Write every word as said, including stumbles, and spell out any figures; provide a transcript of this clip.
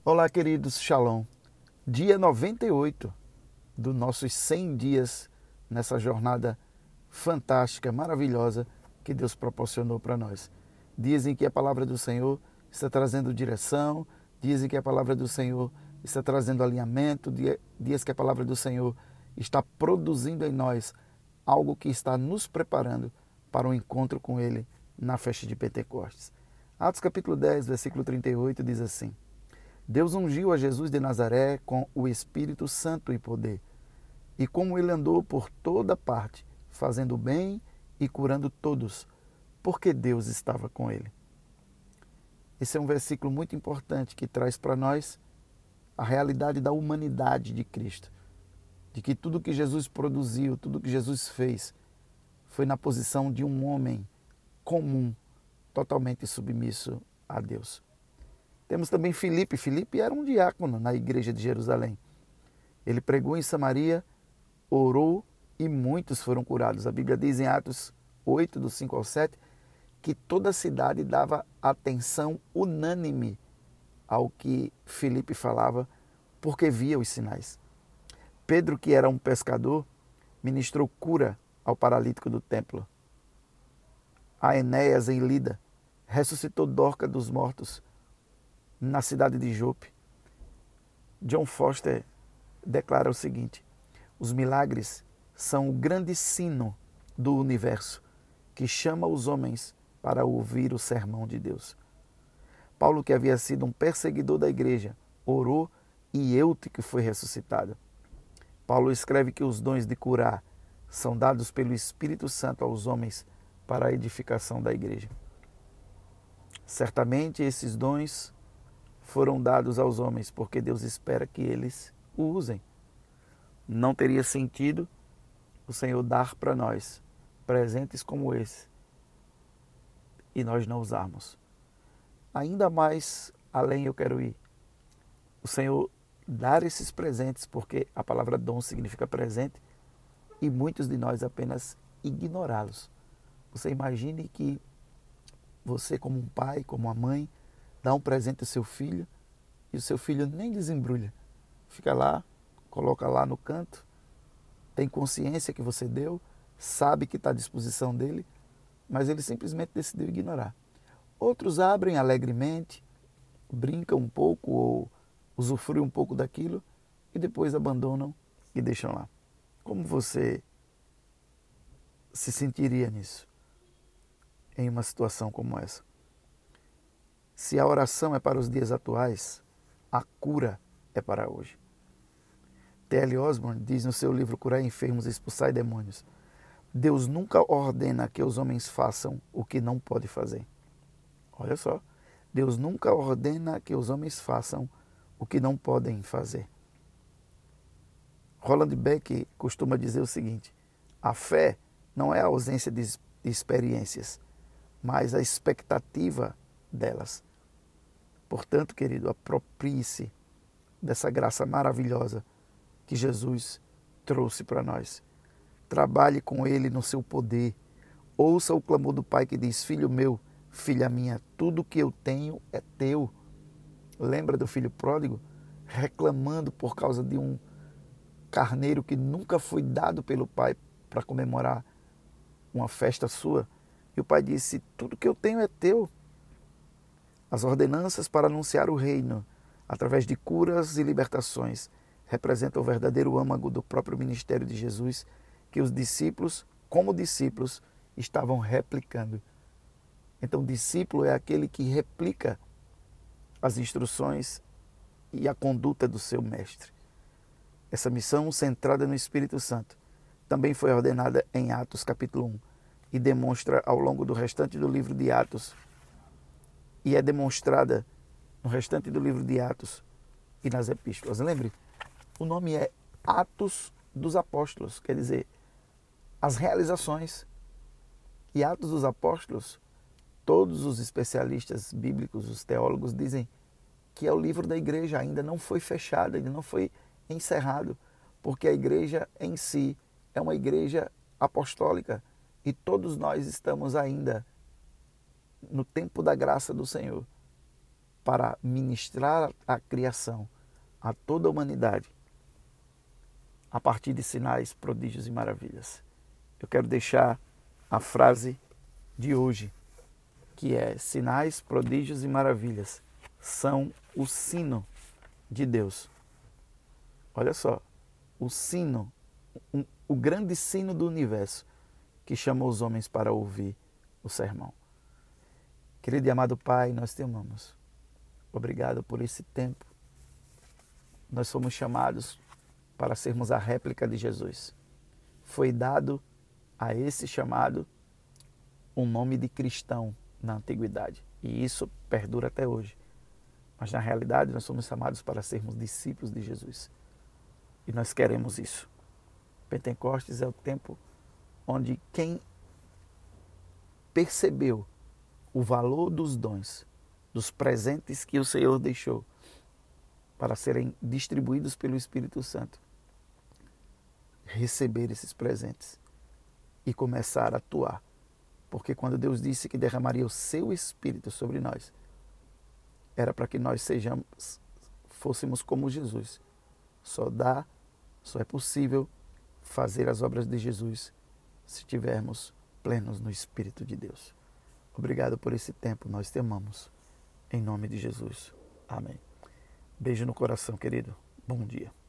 Olá, queridos, Shalom. Dia noventa e oito dos nossos cem dias nessa jornada fantástica, maravilhosa que Deus proporcionou para nós. Dias em que a palavra do Senhor está trazendo direção, dias em que a palavra do Senhor está trazendo alinhamento, dias que a palavra do Senhor está produzindo em nós algo que está nos preparando para um encontro com Ele na festa de Pentecostes. Atos capítulo dez, versículo trinta e oito diz assim: Deus ungiu a Jesus de Nazaré com o Espírito Santo e poder, e como ele andou por toda parte, fazendo bem e curando todos, porque Deus estava com ele. Esse é um versículo muito importante que traz para nós a realidade da humanidade de Cristo, de que tudo que Jesus produziu, tudo que Jesus fez, foi na posição de um homem comum, totalmente submisso a Deus. Temos também Filipe. Filipe era um diácono na igreja de Jerusalém. Ele pregou em Samaria, orou e muitos foram curados. A Bíblia diz em Atos oito, do cinco ao sete, que toda a cidade dava atenção unânime ao que Filipe falava, porque via os sinais. Pedro, que era um pescador, ministrou cura ao paralítico do templo. A Enéas, em Lida, ressuscitou Dorca dos mortos na cidade de Jope. John Foster declara o seguinte: os milagres são o grande sino do universo que chama os homens para ouvir o sermão de Deus. Paulo, que havia sido um perseguidor da igreja, orou e Eutico foi ressuscitado. Paulo escreve que os dons de curar são dados pelo Espírito Santo aos homens para a edificação da igreja. Certamente esses dons foram dados aos homens porque Deus espera que eles o usem. Não teria sentido o Senhor dar para nós presentes como esse e nós não usarmos. Ainda mais além eu quero ir. O Senhor dar esses presentes, porque a palavra dom significa presente, e muitos de nós apenas ignorá-los. Você imagine que você, como um pai, como uma mãe, dá um presente ao seu filho e o seu filho nem desembrulha. Fica lá, coloca lá no canto, tem consciência que você deu, sabe que está à disposição dele, mas ele simplesmente decidiu ignorar. Outros abrem alegremente, brincam um pouco ou usufruem um pouco daquilo e depois abandonam e deixam lá. Como você se sentiria nisso, em uma situação como essa? Se a oração é para os dias atuais, a cura é para hoje. T L Osborne diz no seu livro Curar Enfermos e Expulsar Demônios: Deus nunca ordena que os homens façam o que não pode fazer. Olha só, Deus nunca ordena que os homens façam o que não podem fazer. Roland Beck costuma dizer o seguinte: a fé não é a ausência de experiências, mas a expectativa delas. Portanto, querido, aproprie-se dessa graça maravilhosa que Jesus trouxe para nós. Trabalhe com Ele no seu poder. Ouça o clamor do Pai que diz: filho meu, filha minha, tudo que eu tenho é teu. Lembra do filho pródigo reclamando por causa de um carneiro que nunca foi dado pelo pai para comemorar uma festa sua? E o pai disse: tudo que eu tenho é teu. As ordenanças para anunciar o reino, através de curas e libertações, representam o verdadeiro âmago do próprio ministério de Jesus, que os discípulos, como discípulos, estavam replicando. Então, discípulo é aquele que replica as instruções e a conduta do seu mestre. Essa missão, centrada no Espírito Santo, também foi ordenada em Atos capítulo um e demonstra ao longo do restante do livro de Atos, e é demonstrada no restante do livro de Atos e nas epístolas. Lembre, o nome é Atos dos Apóstolos, quer dizer, as realizações. E Atos dos Apóstolos, todos os especialistas bíblicos, os teólogos, dizem que é o livro da igreja, ainda não foi fechado, ainda não foi encerrado, porque a igreja em si é uma igreja apostólica e todos nós estamos ainda no tempo da graça do Senhor. para ministrar a criação, a toda a humanidade, a partir de sinais, prodígios e maravilhas. Eu quero deixar a frase de hoje, que é: sinais, prodígios e maravilhas são o sino de Deus. Olha só, o sino, um, o grande sino do universo que chamou os homens para ouvir o sermão. Querido e amado Pai, nós te amamos. Obrigado por esse tempo. Nós fomos chamados para sermos a réplica de Jesus. Foi dado a esse chamado um nome de cristão na antiguidade. E isso perdura até hoje. Mas na realidade nós somos chamados para sermos discípulos de Jesus. E nós queremos isso. Pentecostes é o tempo onde quem percebeu o valor dos dons, dos presentes que o Senhor deixou para serem distribuídos pelo Espírito Santo, receber esses presentes e começar a atuar. Porque quando Deus disse que derramaria o seu Espírito sobre nós, era para que nós sejamos, fôssemos como Jesus. Só dá, só é possível fazer as obras de Jesus se estivermos plenos no Espírito de Deus. Obrigado por esse tempo, nós te amamos. Em nome de Jesus. Amém. Beijo no coração, querido. Bom dia.